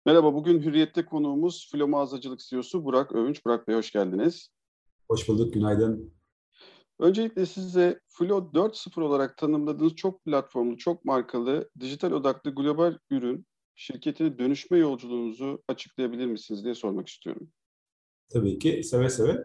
Merhaba, bugün Hürriyet'te konuğumuz Filo Mağazacılık CEO'su Burak Övünç. Burak Bey hoş geldiniz. Hoş bulduk, günaydın. Öncelikle size Filo 4.0 olarak tanımladığınız çok platformlu, çok markalı, dijital odaklı global ürün şirketine dönüşme yolculuğunuzu açıklayabilir misiniz diye sormak istiyorum. Tabii ki seve seve.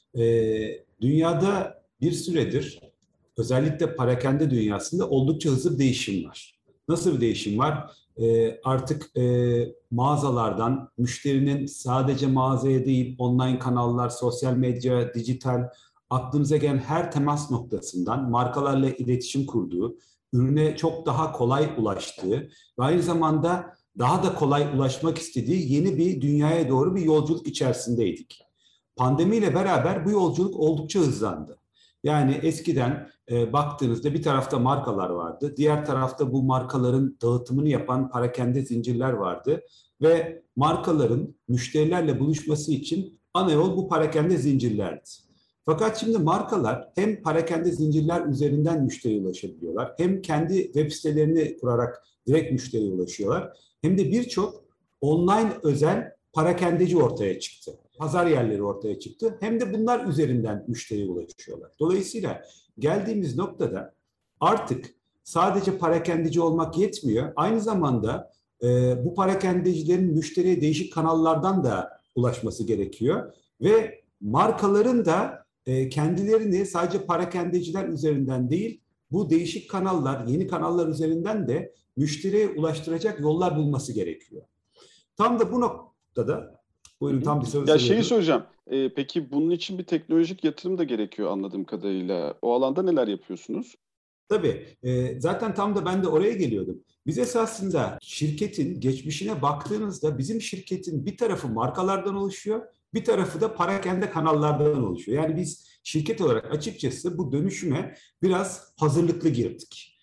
Dünyada bir süredir özellikle parakende dünyasında oldukça hızlı bir değişim var. Nasıl bir değişim var? Artık mağazalardan müşterinin sadece mağazaya değil online kanallar, sosyal medya, dijital aklınıza gelen her temas noktasından markalarla iletişim kurduğu, ürüne çok daha kolay ulaştığı ve aynı zamanda daha da kolay ulaşmak istediği yeni bir dünyaya doğru bir yolculuk içerisindeydik. Pandemiyle beraber bu yolculuk oldukça hızlandı. Yani eskiden baktığınızda bir tarafta markalar vardı, diğer tarafta bu markaların dağıtımını yapan parakende zincirler vardı ve markaların müşterilerle buluşması için ana yol bu parakende zincirlerdi. Fakat şimdi markalar hem parakende zincirler üzerinden müşteriye ulaşabiliyorlar, hem kendi web sitelerini kurarak direkt müşteriye ulaşıyorlar, hem de birçok online özel parakendeci ortaya çıktı. Pazar yerleri ortaya çıktı. Hem de bunlar üzerinden müşteriye ulaşıyorlar. Dolayısıyla geldiğimiz noktada artık sadece parakendeci olmak yetmiyor. Aynı zamanda bu parakendecilerin müşteriye değişik kanallardan da ulaşması gerekiyor. Ve markaların da kendilerini sadece parakendeciler üzerinden değil, bu değişik kanallar, yeni kanallar üzerinden de müşteriye ulaştıracak yollar bulması gerekiyor. Tam da bu noktada, Hı buyurun hı. tam bir soru Ya şeyi soruyordunuz. soracağım. Peki bunun için bir teknolojik yatırım da gerekiyor anladığım kadarıyla. O alanda neler yapıyorsunuz? Tabii, zaten tam da ben de oraya geliyordum. Biz esasında şirketin geçmişine baktığınızda bizim şirketin bir tarafı markalardan oluşuyor, bir tarafı da parakende kanallardan oluşuyor. Yani biz şirket olarak açıkçası bu dönüşüme biraz hazırlıklı girdik.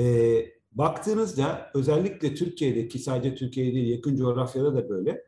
Baktığınızda özellikle Türkiye'deki, sadece Türkiye değil yakın coğrafyada da böyle,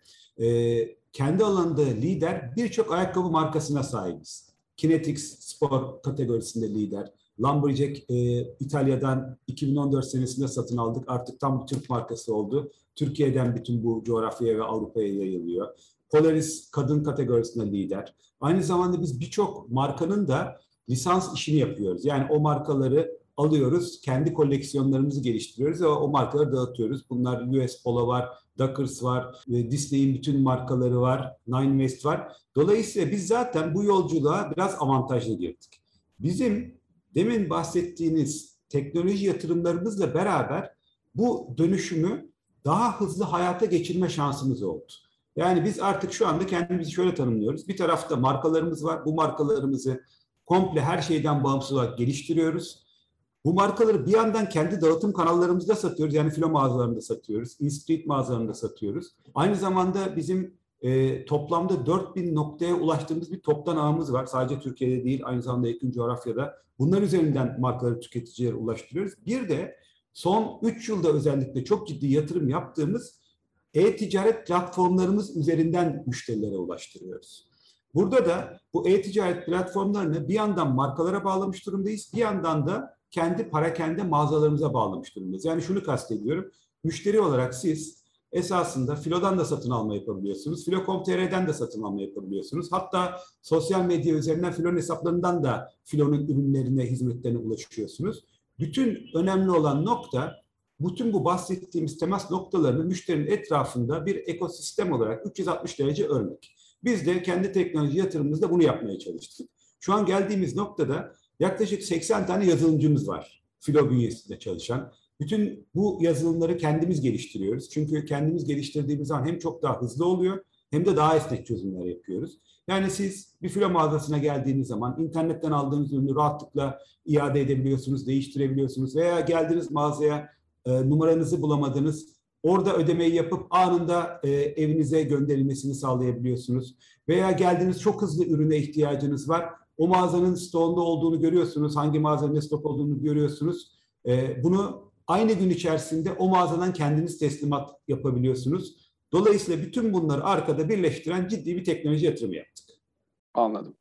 kendi alanında lider birçok ayakkabı markasına sahibiz. Kinetics spor kategorisinde lider. Lumberjack İtalya'dan 2014 senesinde satın aldık. Artık tam bir Türk markası oldu. Türkiye'den bütün bu coğrafyaya ve Avrupa'ya yayılıyor. Polaris kadın kategorisinde lider. Aynı zamanda biz birçok markanın da lisans işini yapıyoruz. Yani o markaları alıyoruz, kendi koleksiyonlarımızı geliştiriyoruz ve o markaları dağıtıyoruz. Bunlar US Polo var, Dockers var, Disney'in bütün markaları var, Nine West var. Dolayısıyla biz zaten bu yolculuğa biraz avantajlı girdik. Bizim demin bahsettiğiniz teknoloji yatırımlarımızla beraber bu dönüşümü daha hızlı hayata geçirme şansımız oldu. Yani biz artık şu anda kendimizi şöyle tanımlıyoruz. Bir tarafta markalarımız var. Bu markalarımızı komple her şeyden bağımsız olarak geliştiriyoruz. Bu markaları bir yandan kendi dağıtım kanallarımızda satıyoruz. Yani filo mağazalarında satıyoruz. In-street mağazalarında satıyoruz. Aynı zamanda bizim toplamda 4000 noktaya ulaştığımız bir toptan ağımız var. Sadece Türkiye'de değil, aynı zamanda yakın coğrafyada. Bunlar üzerinden markaları tüketicilere ulaştırıyoruz. Bir de son 3 yılda özellikle çok ciddi yatırım yaptığımız e-ticaret platformlarımız üzerinden müşterilere ulaştırıyoruz. Burada da bu e-ticaret platformlarını bir yandan markalara bağlamış durumdayız, bir yandan da kendi parakende mağazalarımıza bağlamış durumdayız. Yani şunu kastediyorum, müşteri olarak siz esasında Filo'dan da satın alma yapabiliyorsunuz, Filo.com.tr'den de satın alma yapabiliyorsunuz. Hatta sosyal medya üzerinden Filo'nun hesaplarından da Filo'nun ürünlerine, hizmetlerine ulaşıyorsunuz. Bütün önemli olan nokta, bütün bu bahsettiğimiz temas noktalarını müşterinin etrafında bir ekosistem olarak 360 derece örmek. Biz de kendi teknoloji yatırımımızda bunu yapmaya çalıştık. Şu an geldiğimiz noktada yaklaşık 80 tane yazılımcımız var Filo bünyesinde çalışan. Bütün bu yazılımları kendimiz geliştiriyoruz. Çünkü kendimiz geliştirdiğimiz zaman hem çok daha hızlı oluyor hem de daha esnek çözümler yapıyoruz. Yani siz bir filo mağazasına geldiğiniz zaman internetten aldığınız ürünü rahatlıkla iade edebiliyorsunuz, değiştirebiliyorsunuz veya geldiğiniz mağazaya numaranızı bulamadınız, orada ödemeyi yapıp anında evinize gönderilmesini sağlayabiliyorsunuz. Veya geldiğiniz çok hızlı ürüne ihtiyacınız var. O mağazanın stoğunda olduğunu görüyorsunuz. Hangi mağazanın ne stok olduğunu görüyorsunuz. Bunu aynı gün içerisinde o mağazadan kendiniz teslimat yapabiliyorsunuz. Dolayısıyla bütün bunları arkada birleştiren ciddi bir teknoloji yatırımı yaptık. Anladım.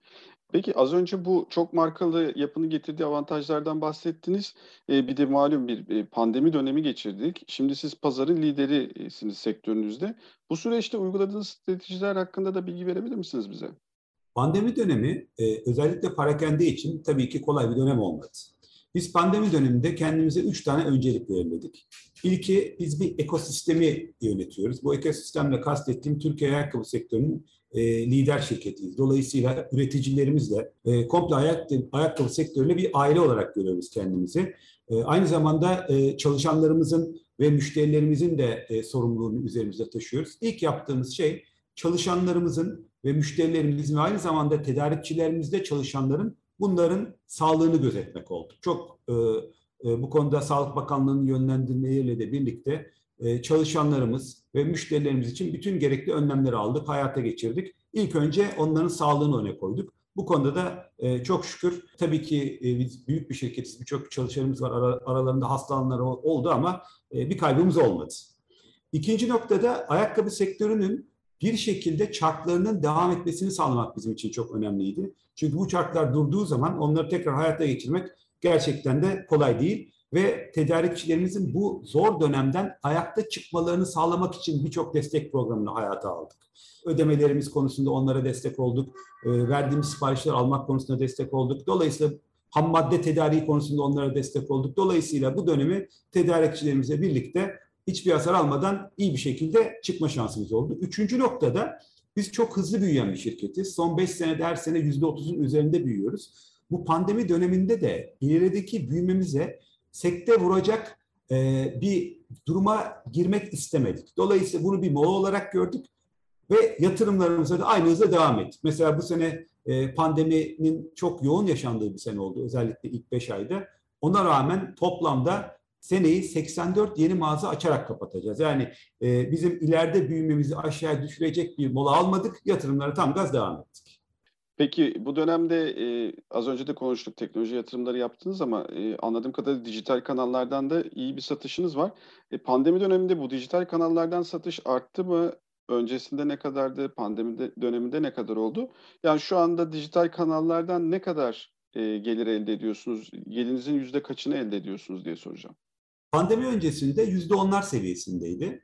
Peki az önce bu çok markalı yapının getirdiği avantajlardan bahsettiniz. Bir de malum bir pandemi dönemi geçirdik. Şimdi siz pazarın liderisiniz sektörünüzde. Bu süreçte uyguladığınız stratejiler hakkında da bilgi verebilir misiniz bize? Pandemi dönemi özellikle perakende için tabii ki kolay bir dönem olmadı. Biz pandemi döneminde kendimize 3 tane öncelik belirledik. İlki, biz bir ekosistemi yönetiyoruz. Bu ekosistemle kastettiğim Türkiye ayakkabı sektörünün lider şirketiyiz. Dolayısıyla üreticilerimizle komple ayakkabı sektörüne bir aile olarak görüyoruz kendimizi. Aynı zamanda çalışanlarımızın ve müşterilerimizin de sorumluluğunu üzerimizde taşıyoruz. İlk yaptığımız şey, çalışanlarımızın ve müşterilerimizin ve aynı zamanda tedarikçilerimizde çalışanların bunların sağlığını gözetmek oldu. Çok bu konuda Sağlık Bakanlığı'nın yönlendirmeleriyle de birlikte çalışanlarımız ve müşterilerimiz için bütün gerekli önlemleri aldık, hayata geçirdik. İlk önce onların sağlığını öne koyduk. Bu konuda da çok şükür, tabii ki biz büyük bir şirketiz, birçok çalışanımız var, aralarında hastalananlar oldu ama bir kaybımız olmadı. İkinci noktada ayakkabı sektörünün bir şekilde çarklarının devam etmesini sağlamak bizim için çok önemliydi. Çünkü bu çarklar durduğu zaman onları tekrar hayata geçirmek gerçekten de kolay değil. Ve tedarikçilerimizin bu zor dönemden ayakta çıkmalarını sağlamak için birçok destek programını hayata aldık. Ödemelerimiz konusunda onlara destek olduk. Verdiğimiz siparişleri almak konusunda destek olduk. Dolayısıyla ham madde tedariği konusunda onlara destek olduk. Dolayısıyla bu dönemi tedarikçilerimizle birlikte hiçbir hasar almadan iyi bir şekilde çıkma şansımız oldu. Üçüncü noktada, biz çok hızlı büyüyen bir şirketiz. Son 5 senede her sene %30'un üzerinde büyüyoruz. Bu pandemi döneminde de ilerideki büyümemize sekte vuracak bir duruma girmek istemedik. Dolayısıyla bunu bir mola olarak gördük ve yatırımlarımıza da aynı hızla devam ettik. Mesela bu sene pandeminin çok yoğun yaşandığı bir sene oldu. Özellikle ilk 5 ayda. Ona rağmen toplamda seneyi 84 yeni mağaza açarak kapatacağız. Yani bizim ileride büyümemizi aşağıya düşürecek bir mola almadık. Yatırımlara tam gaz devam ettik. Peki bu dönemde az önce de konuştuk, teknoloji yatırımları yaptınız ama anladığım kadarıyla dijital kanallardan da iyi bir satışınız var. Pandemi döneminde bu dijital kanallardan satış arttı mı? Öncesinde ne kadardı? Pandemi döneminde ne kadar oldu? Yani şu anda dijital kanallardan ne kadar gelir elde ediyorsunuz? Gelirinizin yüzde kaçını elde ediyorsunuz diye soracağım. Pandemi öncesinde %10'lar seviyesindeydi.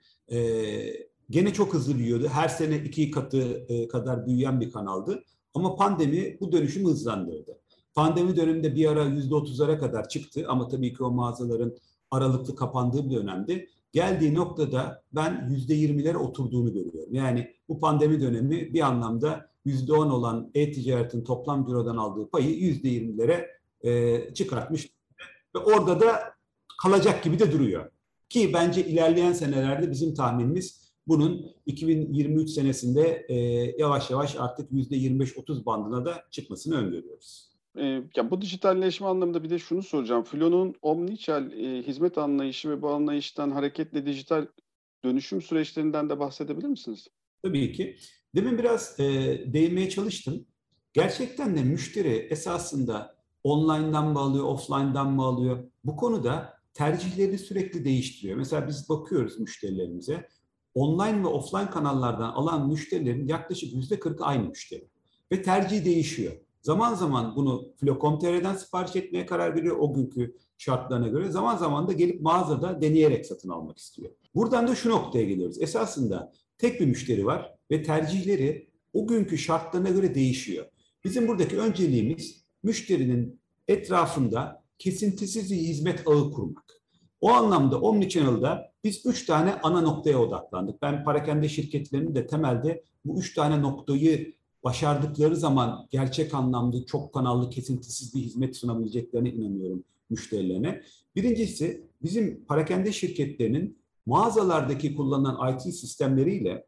Gene çok hızlı büyüyordu. Her sene 2 katı kadar büyüyen bir kanaldı. Ama pandemi bu dönüşümü hızlandırdı. Pandemi döneminde bir ara %30'lara kadar çıktı ama tabii ki o mağazaların aralıklı kapandığı bir dönemdi. Geldiği noktada ben %20'lere oturduğunu görüyorum. Yani bu pandemi dönemi bir anlamda %10 olan e-ticaretin toplam cirodan aldığı payı %20'lere çıkartmış. Ve orada da kalacak gibi de duruyor. Ki bence ilerleyen senelerde bizim tahminimiz bunun 2023 senesinde yavaş yavaş artık %25-30 bandına da çıkmasını öngörüyoruz. Ya bu dijitalleşme anlamında bir de şunu soracağım. Flo'nun omnichannel hizmet anlayışı ve bu anlayıştan hareketle dijital dönüşüm süreçlerinden de bahsedebilir misiniz? Tabii ki. Demin biraz değinmeye çalıştım. Gerçekten de müşteri esasında online'dan mı alıyor, offline'dan mı alıyor? Bu konuda tercihleri sürekli değiştiriyor. Mesela biz bakıyoruz müşterilerimize. Online ve offline kanallardan alan müşterilerin yaklaşık %40'ı aynı müşteri. Ve tercih değişiyor. Zaman zaman bunu Flo.com.tr'den sipariş etmeye karar veriyor o günkü şartlarına göre. Zaman zaman da gelip mağazada deneyerek satın almak istiyor. Buradan da şu noktaya geliyoruz. Esasında tek bir müşteri var ve tercihleri o günkü şartlarına göre değişiyor. Bizim buradaki önceliğimiz müşterinin etrafında kesintisiz bir hizmet ağı kurmak. O anlamda Omnichannel'da biz 3 tane ana noktaya odaklandık. Ben perakende şirketlerinin de temelde bu 3 tane noktayı başardıkları zaman gerçek anlamda çok kanallı, kesintisiz bir hizmet sunabileceklerine inanıyorum müşterilerine. Birincisi, bizim perakende şirketlerinin mağazalardaki kullanılan IT sistemleriyle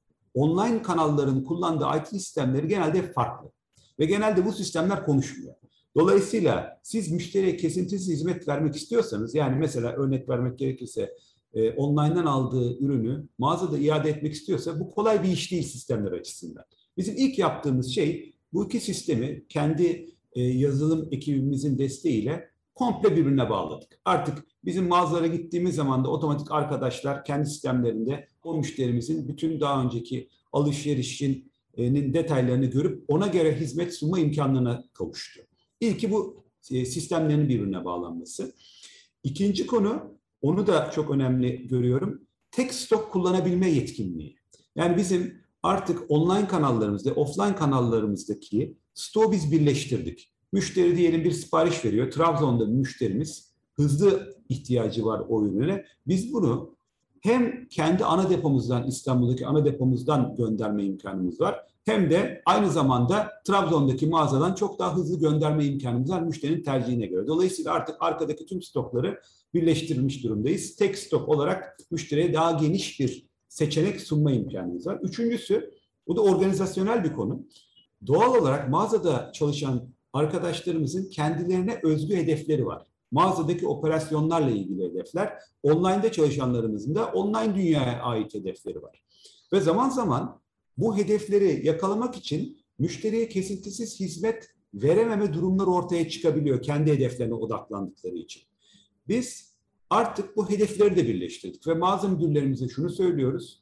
online kanalların kullandığı IT sistemleri genelde farklı. Ve genelde bu sistemler konuşmuyor. Dolayısıyla siz müşteriye kesintisiz hizmet vermek istiyorsanız, yani mesela örnek vermek gerekirse online'dan aldığı ürünü mağazada iade etmek istiyorsa bu kolay bir iş değil sistemler açısından. Bizim ilk yaptığımız şey bu iki sistemi kendi yazılım ekibimizin desteğiyle komple birbirine bağladık. Artık bizim mağazalara gittiğimiz zaman da otomatik arkadaşlar kendi sistemlerinde o müşterimizin bütün daha önceki alışverişin detaylarını görüp ona göre hizmet sunma imkanlarına kavuştu. İlki bu sistemlerin birbirine bağlanması. İkinci konu, onu da çok önemli görüyorum, tek stok kullanabilme yetkinliği. Yani bizim artık online kanallarımızda, offline kanallarımızdaki stoğu biz birleştirdik. Müşteri diyelim bir sipariş veriyor. Trabzon'da bir müşterimiz, hızlı ihtiyacı var o ürüne. Biz bunu hem kendi ana depomuzdan, İstanbul'daki ana depomuzdan gönderme imkanımız var. Hem de aynı zamanda Trabzon'daki mağazadan çok daha hızlı gönderme imkanımız var müşterinin tercihine göre. Dolayısıyla artık arkadaki tüm stokları birleştirilmiş durumdayız. Tek stok olarak müşteriye daha geniş bir seçenek sunma imkanımız var. Üçüncüsü, bu da organizasyonel bir konu. Doğal olarak mağazada çalışan arkadaşlarımızın kendilerine özgü hedefleri var. Mağazadaki operasyonlarla ilgili hedefler, online'da çalışanlarımızın da online dünyaya ait hedefleri var. Ve zaman zaman bu hedefleri yakalamak için müşteriye kesintisiz hizmet verememe durumları ortaya çıkabiliyor kendi hedeflerine odaklandıkları için. Biz artık bu hedefleri de birleştirdik ve mağaza müdürlerimize şunu söylüyoruz.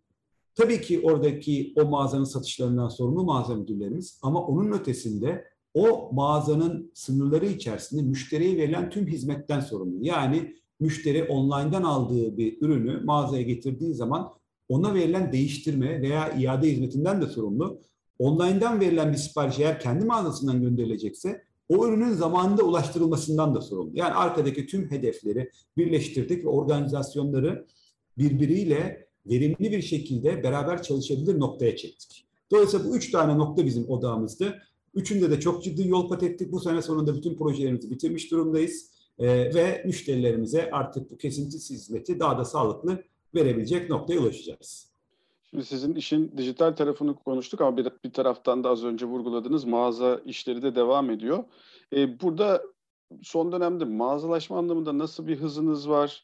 Tabii ki oradaki o mağazanın satışlarından sorumlu mağaza müdürlerimiz, ama onun ötesinde o mağazanın sınırları içerisinde müşteriye verilen tüm hizmetten sorumlu. Yani müşteri online'dan aldığı bir ürünü mağazaya getirdiği zaman ona verilen değiştirme veya iade hizmetinden de sorumlu. Online'dan verilen bir sipariş eğer kendi mağazasından gönderilecekse o ürünün zamanında ulaştırılmasından da sorumlu. Yani arkadaki tüm hedefleri birleştirdik ve organizasyonları birbiriyle verimli bir şekilde beraber çalışabilir noktaya çektik. Dolayısıyla bu 3 tane nokta bizim odağımızdı. Üçünde de çok ciddi yol kat ettik. Bu sene sonunda bütün projelerimizi bitirmiş durumdayız. Ve müşterilerimize artık bu kesintisiz hizmeti daha da sağlıklı verebilecek noktaya ulaşacağız. Şimdi sizin işin dijital tarafını konuştuk ama bir taraftan da az önce vurguladığınız mağaza işleri de devam ediyor. Burada son dönemde mağazalaşma anlamında nasıl bir hızınız var?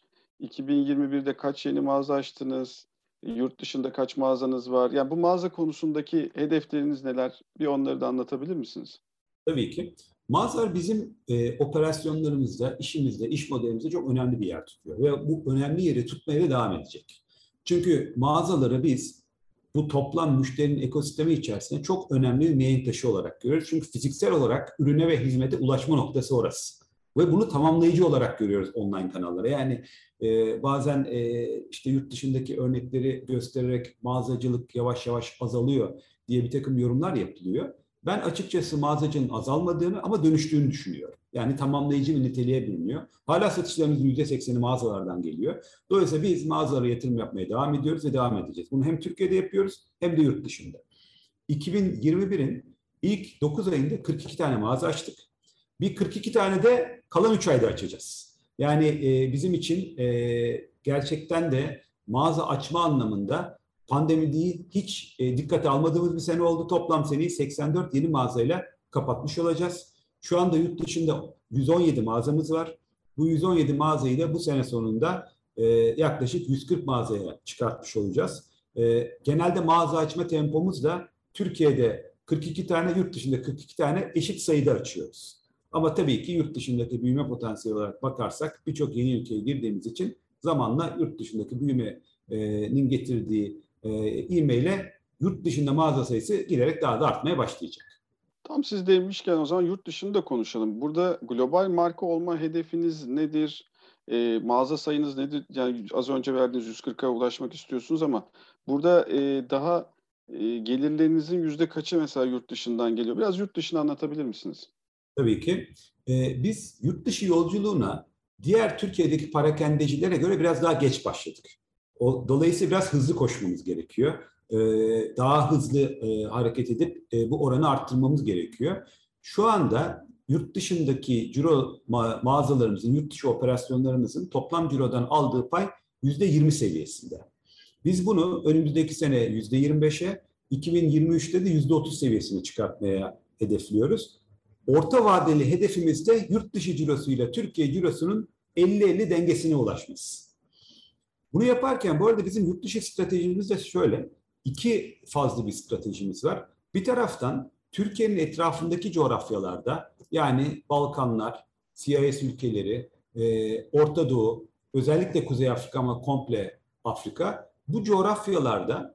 2021'de kaç yeni mağaza açtınız? Yurt dışında kaç mağazanız var? Yani bu mağaza konusundaki hedefleriniz neler? Bir onları da anlatabilir misiniz? Tabii ki. Mağazalar bizim operasyonlarımızda, işimizde, iş modelimizde çok önemli bir yer tutuyor. Ve bu önemli yeri tutmaya da devam edecek. Çünkü mağazaları biz bu toplam müşterinin ekosistemi içerisinde çok önemli bir mihenk taşı olarak görüyoruz. Çünkü fiziksel olarak ürüne ve hizmete ulaşma noktası orası. Ve bunu tamamlayıcı olarak görüyoruz online kanallara. Yani bazen işte yurt dışındaki örnekleri göstererek mağazacılık yavaş yavaş azalıyor diye bir takım yorumlar yapılıyor. Ben açıkçası mağazacının azalmadığını ama dönüştüğünü düşünüyorum. Yani tamamlayıcı bir niteliğe bürünüyor. Hala satışlarımızın %80'i mağazalardan geliyor. Dolayısıyla biz mağazalara yatırım yapmaya devam ediyoruz ve devam edeceğiz. Bunu hem Türkiye'de yapıyoruz hem de yurt dışında. 2021'in ilk 9 ayında 42 tane mağaza açtık. Bir 42 tane de kalan 3 ayda açacağız. Yani bizim için gerçekten de mağaza açma anlamında pandemiyi hiç dikkate almadığımız bir sene oldu. Toplam seneyi 84 yeni mağazayla kapatmış olacağız. Şu anda yurt dışında 117 mağazamız var. Bu 117 mağazayı da bu sene sonunda yaklaşık 140 mağazaya çıkartmış olacağız. Genelde mağaza açma tempomuz da Türkiye'de 42 tane, yurt dışında 42 tane eşit sayıda açıyoruz. Ama tabii ki yurt dışındaki büyüme potansiyeli olarak bakarsak birçok yeni ülkeye girdiğimiz için zamanla yurt dışındaki büyümenin getirdiği ivmeyle yurt dışında mağaza sayısı giderek daha da artmaya başlayacak. Tam siz demişken o zaman yurt dışında konuşalım. Burada global marka olma hedefiniz nedir? Mağaza sayınız nedir? Yani az önce verdiğiniz 140'a ulaşmak istiyorsunuz ama burada daha gelirlerinizin yüzde kaçı mesela yurt dışından geliyor? Biraz yurt dışını anlatabilir misiniz? Tabii ki. Biz yurt dışı yolculuğuna diğer Türkiye'deki parakendecilere göre biraz daha geç başladık. Dolayısıyla biraz hızlı koşmamız gerekiyor. Daha hızlı hareket edip bu oranı arttırmamız gerekiyor. Şu anda yurt dışındaki ciro mağazalarımızın, yurt dışı operasyonlarımızın toplam cirodan aldığı pay %20 seviyesinde. Biz bunu önümüzdeki sene %25'e, 2023'te de %30 seviyesine çıkartmaya hedefliyoruz. Orta vadeli hedefimiz de yurt dışı cirosuyla Türkiye cirosunun 50-50 dengesine ulaşması. Bunu yaparken bu arada bizim yurt dışı stratejimiz de şöyle, iki fazlı bir stratejimiz var. Bir taraftan Türkiye'nin etrafındaki coğrafyalarda, yani Balkanlar, CIS ülkeleri, Orta Doğu, özellikle Kuzey Afrika ama komple Afrika, bu coğrafyalarda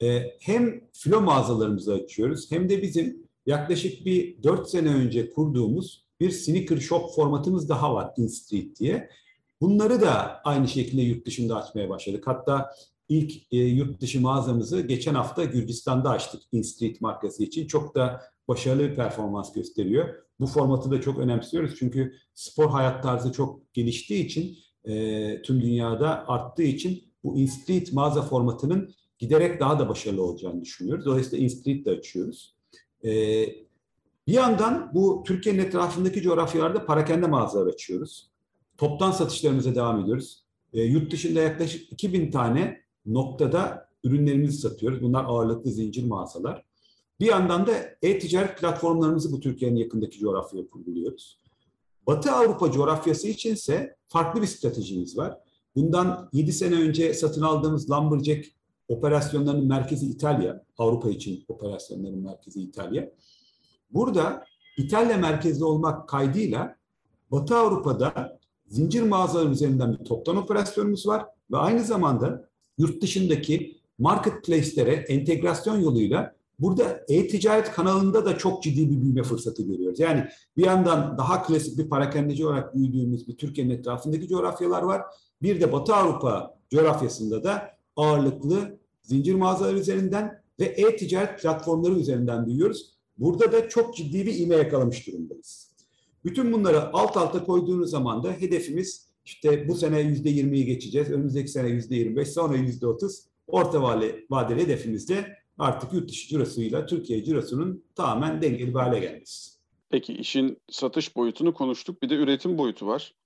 hem filo mağazalarımızı açıyoruz hem de bizim yaklaşık bir 4 sene önce kurduğumuz bir sneaker shop formatımız daha var, InStreet diye. Bunları da aynı şekilde yurt dışında açmaya başladık. Hatta ilk yurt dışı mağazamızı geçen hafta Gürcistan'da açtık InStreet markası için. Çok da başarılı bir performans gösteriyor. Bu formatı da çok önemsiyoruz çünkü spor hayat tarzı çok geliştiği için, tüm dünyada arttığı için bu InStreet mağaza formatının giderek daha da başarılı olacağını düşünüyoruz. Dolayısıyla InStreet de açıyoruz. Bir yandan bu Türkiye'nin etrafındaki coğrafyalarda parakende mağazalar açıyoruz. Toptan satışlarımıza devam ediyoruz. Yurt dışında yaklaşık 2000 tane noktada ürünlerimizi satıyoruz. Bunlar ağırlıklı zincir mağazalar. Bir yandan da e-ticaret platformlarımızı bu Türkiye'nin yakındaki coğrafyaya kurguluyoruz. Batı Avrupa coğrafyası içinse farklı bir stratejimiz var. Bundan 7 sene önce satın aldığımız Lumberjack operasyonlarının merkezi İtalya. Avrupa için operasyonların merkezi İtalya. Burada İtalya merkezli olmak kaydıyla Batı Avrupa'da zincir mağazalar üzerinden bir toptan operasyonumuz var ve aynı zamanda yurt dışındaki marketplace'lere entegrasyon yoluyla burada e-ticaret kanalında da çok ciddi bir büyüme fırsatı görüyoruz. Yani bir yandan daha klasik bir parakendeci olarak büyüdüğümüz bir Türkiye'nin etrafındaki coğrafyalar var. Bir de Batı Avrupa coğrafyasında da ağırlıklı zincir mağazalar üzerinden ve e-ticaret platformları üzerinden büyüyoruz. Burada da çok ciddi bir ivme yakalamış durumdayız. Bütün bunları alt alta koyduğunuz zaman da hedefimiz işte bu sene %20'yi geçeceğiz. Önümüzdeki sene %25, sonra %30. Orta vadeli hedefimiz de artık yurt dışı cirosuyla Türkiye cirosunun tamamen dengeli bir hale gelmesi. Peki işin satış boyutunu konuştuk. Bir de üretim boyutu var.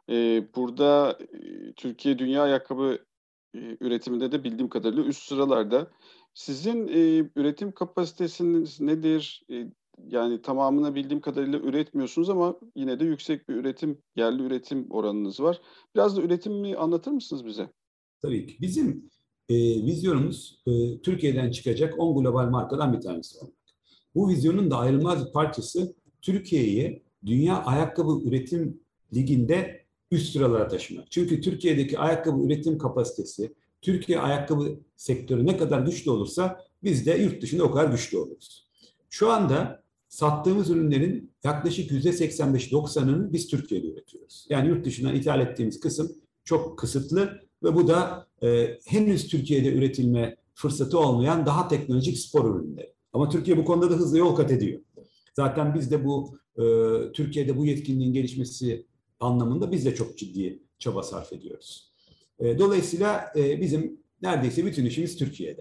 Burada Türkiye dünya ayakkabı üretiminde de bildiğim kadarıyla üst sıralarda. Sizin üretim kapasitesiniz nedir? Yani tamamını bildiğim kadarıyla üretmiyorsunuz ama yine de yüksek bir yerli üretim oranınız var. Biraz da üretimi anlatır mısınız bize? Tabii ki. Bizim vizyonumuz Türkiye'den çıkacak 10 global markadan bir tanesi olmak. Bu vizyonun da ayrılmaz bir parçası Türkiye'yi Dünya Ayakkabı Üretim Ligi'nde üst sıralara taşımak. Çünkü Türkiye'deki ayakkabı üretim kapasitesi, Türkiye ayakkabı sektörü ne kadar güçlü olursa biz de yurt dışında o kadar güçlü oluruz. Şu anda sattığımız ürünlerin yaklaşık %85-90'ını biz Türkiye'de üretiyoruz. Yani yurt dışından ithal ettiğimiz kısım çok kısıtlı ve bu da henüz Türkiye'de üretilme fırsatı olmayan daha teknolojik spor ürünleri. Ama Türkiye bu konuda da hızlı yol kat ediyor. Zaten biz de bu Türkiye'de bu yetkinliğin gelişmesi anlamında biz de çok ciddi çaba sarf ediyoruz. Dolayısıyla bizim neredeyse bütün işimiz Türkiye'de.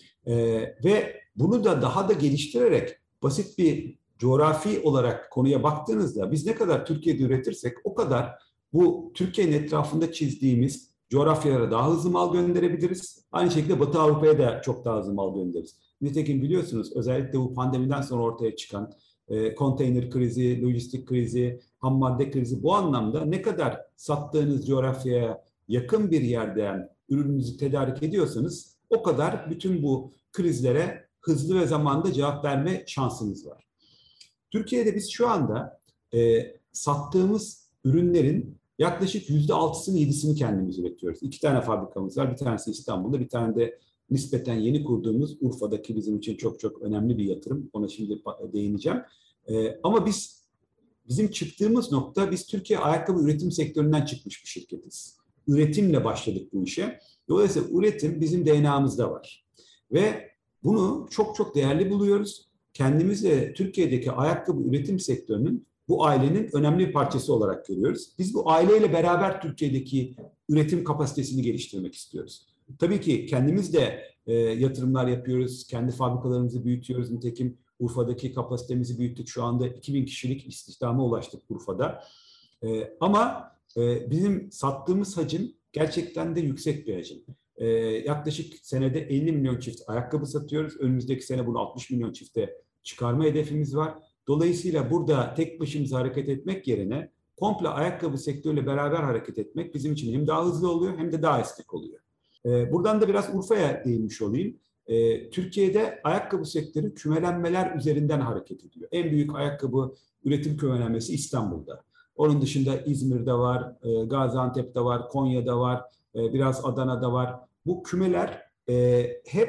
Ve bunu da daha da geliştirerek basit bir coğrafi olarak konuya baktığınızda biz ne kadar Türkiye'de üretirsek o kadar bu Türkiye'nin etrafında çizdiğimiz coğrafyalara daha hızlı mal gönderebiliriz. Aynı şekilde Batı Avrupa'ya da çok daha hızlı mal göndeririz. Nitekim biliyorsunuz özellikle bu pandemiden sonra ortaya çıkan konteyner krizi, lojistik krizi, ham madde krizi bu anlamda ne kadar sattığınız coğrafyaya yakın bir yerden ürününüzü tedarik ediyorsanız o kadar bütün bu krizlere hızlı ve zamanda cevap verme şansınız var. Türkiye'de biz şu anda sattığımız ürünlerin yaklaşık %6'sını 7'sini kendimiz üretiyoruz. 2 tane fabrikamız var. Bir tanesi İstanbul'da, bir tane de nispeten yeni kurduğumuz Urfa'daki bizim için çok çok önemli bir yatırım. Ona şimdi değineceğim. Ama bizim çıktığımız nokta biz Türkiye ayakkabı üretim sektöründen çıkmış bir şirketiz. Üretimle başladık bu işe. Dolayısıyla üretim bizim DNA'mızda var. Ve bunu çok çok değerli buluyoruz. Kendimizi Türkiye'deki ayakkabı üretim sektörünün bu ailenin önemli bir parçası olarak görüyoruz. Biz bu aileyle beraber Türkiye'deki üretim kapasitesini geliştirmek istiyoruz. Tabii ki kendimiz de yatırımlar yapıyoruz. Kendi fabrikalarımızı büyütüyoruz. Nitekim Urfa'daki kapasitemizi büyüttük. Şu anda 2000 kişilik istihdama ulaştık Urfa'da. Ama bizim sattığımız hacim gerçekten de yüksek bir hacim. Yaklaşık senede 50 milyon çift ayakkabı satıyoruz. Önümüzdeki sene bunu 60 milyon çifte çıkarma hedefimiz var. Dolayısıyla burada tek başımıza hareket etmek yerine komple ayakkabı sektörüyle beraber hareket etmek bizim için hem daha hızlı oluyor hem de daha esnek oluyor. Buradan da biraz Urfa'ya değinmiş olayım. Türkiye'de ayakkabı sektörü kümelenmeler üzerinden hareket ediyor. En büyük ayakkabı üretim kümelenmesi İstanbul'da. Onun dışında İzmir'de var, Gaziantep'te var, Konya'da var, biraz Adana'da var. Bu kümeler hep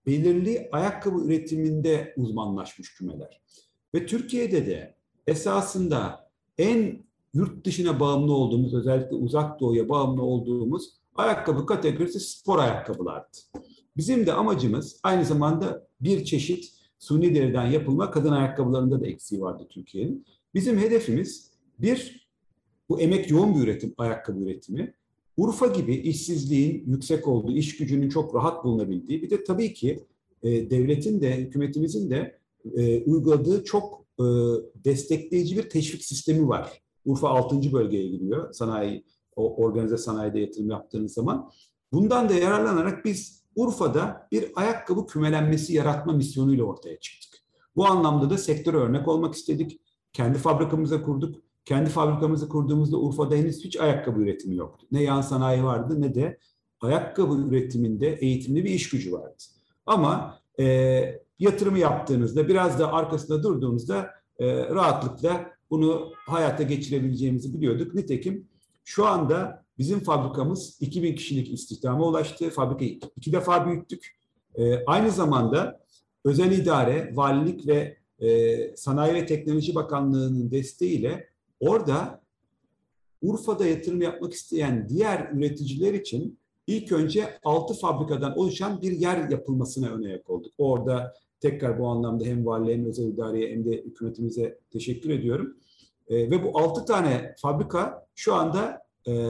belirli ayakkabı üretiminde uzmanlaşmış kümeler. Ve Türkiye'de de esasında en yurt dışına bağımlı olduğumuz, özellikle uzak doğuya bağımlı olduğumuz ayakkabı kategorisi spor ayakkabılardı. Bizim de amacımız aynı zamanda bir çeşit suni deriden yapılma, kadın ayakkabılarında da eksiği vardı Türkiye'nin. Bizim hedefimiz bir, bu emek yoğun bir üretim, ayakkabı üretimi. Urfa gibi işsizliğin yüksek olduğu, iş gücünün çok rahat bulunabildiği, bir de tabii ki devletin de, hükümetimizin de uyguladığı çok destekleyici bir teşvik sistemi var. Urfa 6. bölgeye giriyor, sanayi, organize sanayide yatırım yaptığınız zaman. Bundan da yararlanarak biz Urfa'da bir ayakkabı kümelenmesi yaratma misyonuyla ortaya çıktık. Bu anlamda da sektöre örnek olmak istedik. Kendi fabrikamıza kurduk. Kendi fabrikamızı kurduğumuzda Urfa'da henüz hiç ayakkabı üretimi yoktu. Ne yan sanayi vardı ne de ayakkabı üretiminde eğitimli bir iş gücü vardı. Ama yatırımı yaptığınızda, biraz da arkasında durduğunuzda rahatlıkla bunu hayata geçirebileceğimizi biliyorduk. Nitekim şu anda bizim fabrikamız 2000 kişilik istihdama ulaştı. Fabrikayı 2 defa büyüttük. Aynı zamanda özel idare, valilik ve Sanayi ve Teknoloji Bakanlığı'nın desteğiyle orada Urfa'da yatırım yapmak isteyen diğer üreticiler için ilk önce 6 fabrikadan oluşan bir yer yapılmasına ön ayak olduk. Orada tekrar bu anlamda hem valiliğe hem özel idareye hem de hükümetimize teşekkür ediyorum. Ve bu 6 tane fabrika şu anda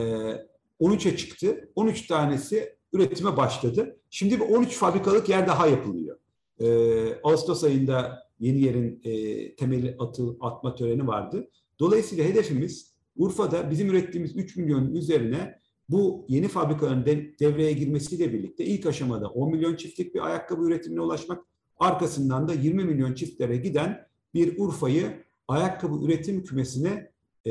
13'e çıktı. 13 tanesi üretime başladı. Şimdi bu 13 fabrikalık yer daha yapılıyor. Ağustos ayında yeni yerin temeli atma töreni vardı. Dolayısıyla hedefimiz Urfa'da bizim ürettiğimiz 3 milyonun üzerine bu yeni fabrikaların devreye girmesiyle birlikte ilk aşamada 10 milyon çiftlik bir ayakkabı üretimine ulaşmak, arkasından da 20 milyon çiftlere giden bir Urfa'yı ayakkabı üretim kümesine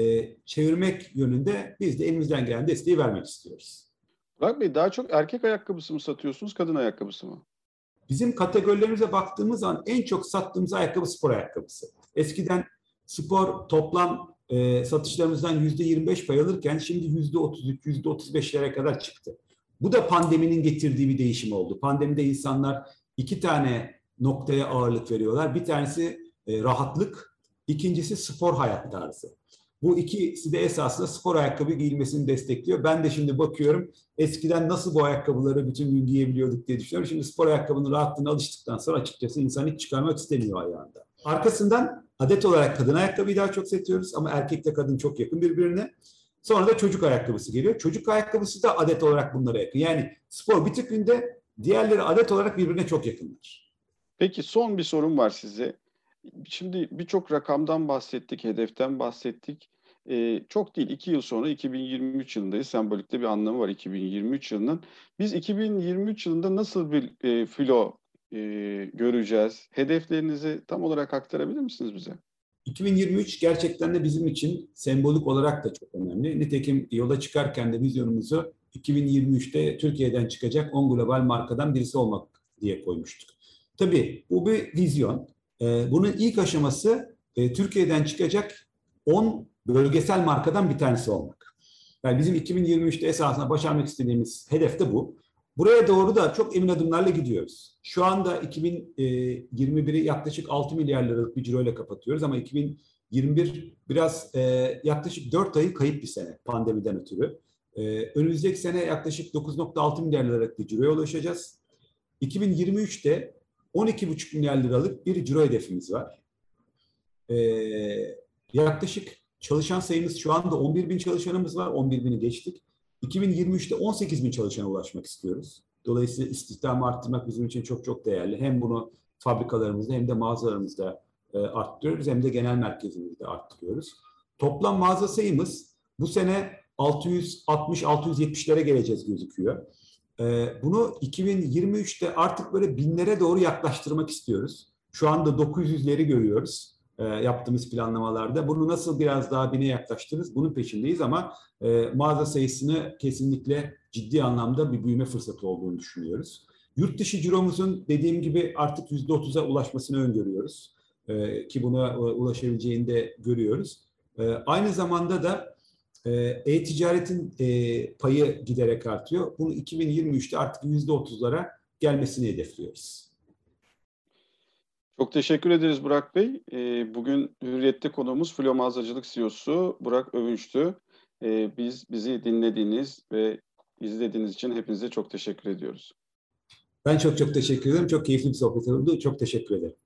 çevirmek yönünde biz de elimizden gelen desteği vermek istiyoruz. Burak Bey, daha çok erkek ayakkabısı mı satıyorsunuz, kadın ayakkabısı mı? Bizim kategorilerimize baktığımız zaman en çok sattığımız ayakkabı spor ayakkabısı. Eskiden spor toplam satışlarımızdan %25 pay alırken şimdi %33, %35'lere kadar çıktı. Bu da pandeminin getirdiği bir değişim oldu. Pandemide insanlar 2 tane noktaya ağırlık veriyorlar. Bir tanesi rahatlık, ikincisi spor hayat tarzı. Bu ikisi de esasında spor ayakkabı giyilmesini destekliyor. Ben de şimdi bakıyorum eskiden nasıl bu ayakkabıları bütün gün giyebiliyorduk diye düşünüyorum. Şimdi spor ayakkabının rahatlığına alıştıktan sonra açıkçası insan hiç çıkarmak istemiyor ayağında. Arkasından adet olarak kadın ayakkabıyı daha çok satıyoruz ama erkekle kadın çok yakın birbirine. Sonra da çocuk ayakkabısı geliyor. Çocuk ayakkabısı da adet olarak bunlara yakın. Yani spor bitikliğinde diğerleri adet olarak birbirine çok yakınlar. Peki son bir sorum var size. Şimdi birçok rakamdan bahsettik, hedeften bahsettik. Çok değil, 2 yıl sonra 2023 yılındayız. Sembolikte bir anlamı var 2023 yılının. Biz 2023 yılında nasıl bir filo göreceğiz? Hedeflerinizi tam olarak aktarabilir misiniz bize? 2023 gerçekten de bizim için sembolik olarak da çok önemli. Nitekim yola çıkarken de vizyonumuzu 2023'te Türkiye'den çıkacak 10 global markadan birisi olmak diye koymuştuk. Tabii bu bir vizyon. Bunun ilk aşaması Türkiye'den çıkacak 10 bölgesel markadan bir tanesi olmak. Yani bizim 2023'te esasında başarmak istediğimiz hedef de bu. Buraya doğru da çok emin adımlarla gidiyoruz. Şu anda 2021'i yaklaşık 6 milyar liralık bir ciroyla kapatıyoruz ama 2021 biraz yaklaşık 4 ayı kayıp bir sene pandemiden ötürü. Önümüzdeki sene yaklaşık 9,6 milyar liralık bir ciroya ulaşacağız. 2023'te 12,5 milyar liralık bir ciro hedefimiz var. Yaklaşık çalışan sayımız şu anda 11 bin çalışanımız var. 11 bini geçtik. 2023'te 18 bin çalışana ulaşmak istiyoruz. Dolayısıyla istihdamı arttırmak bizim için çok çok değerli. Hem bunu fabrikalarımızda hem de mağazalarımızda arttırıyoruz hem de genel merkezimizde arttırıyoruz. Toplam mağaza sayımız bu sene 660-670'lere geleceğiz gözüküyor. Bunu 2023'te artık böyle binlere doğru yaklaştırmak istiyoruz. Şu anda 900'leri görüyoruz yaptığımız planlamalarda. Bunu nasıl biraz daha bine yaklaştırırız? Bunun peşindeyiz ama mağaza sayısını kesinlikle ciddi anlamda bir büyüme fırsatı olduğunu düşünüyoruz. Yurt dışı ciromuzun dediğim gibi artık %30'a ulaşmasını öngörüyoruz. Ki buna ulaşabileceğini de görüyoruz. Aynı zamanda da e-ticaretin payı giderek artıyor. Bunu 2023'te artık %30'lara gelmesini hedefliyoruz. Çok teşekkür ederiz Burak Bey. Bugün Hürriyet'te konuğumuz Flo Mağazacılık CEO'su Burak Övünç'tü. Bizi dinlediğiniz ve izlediğiniz için hepinize çok teşekkür ediyoruz. Ben çok çok teşekkür ederim. Çok keyifli bir sohbet oldu. Çok teşekkür ederim.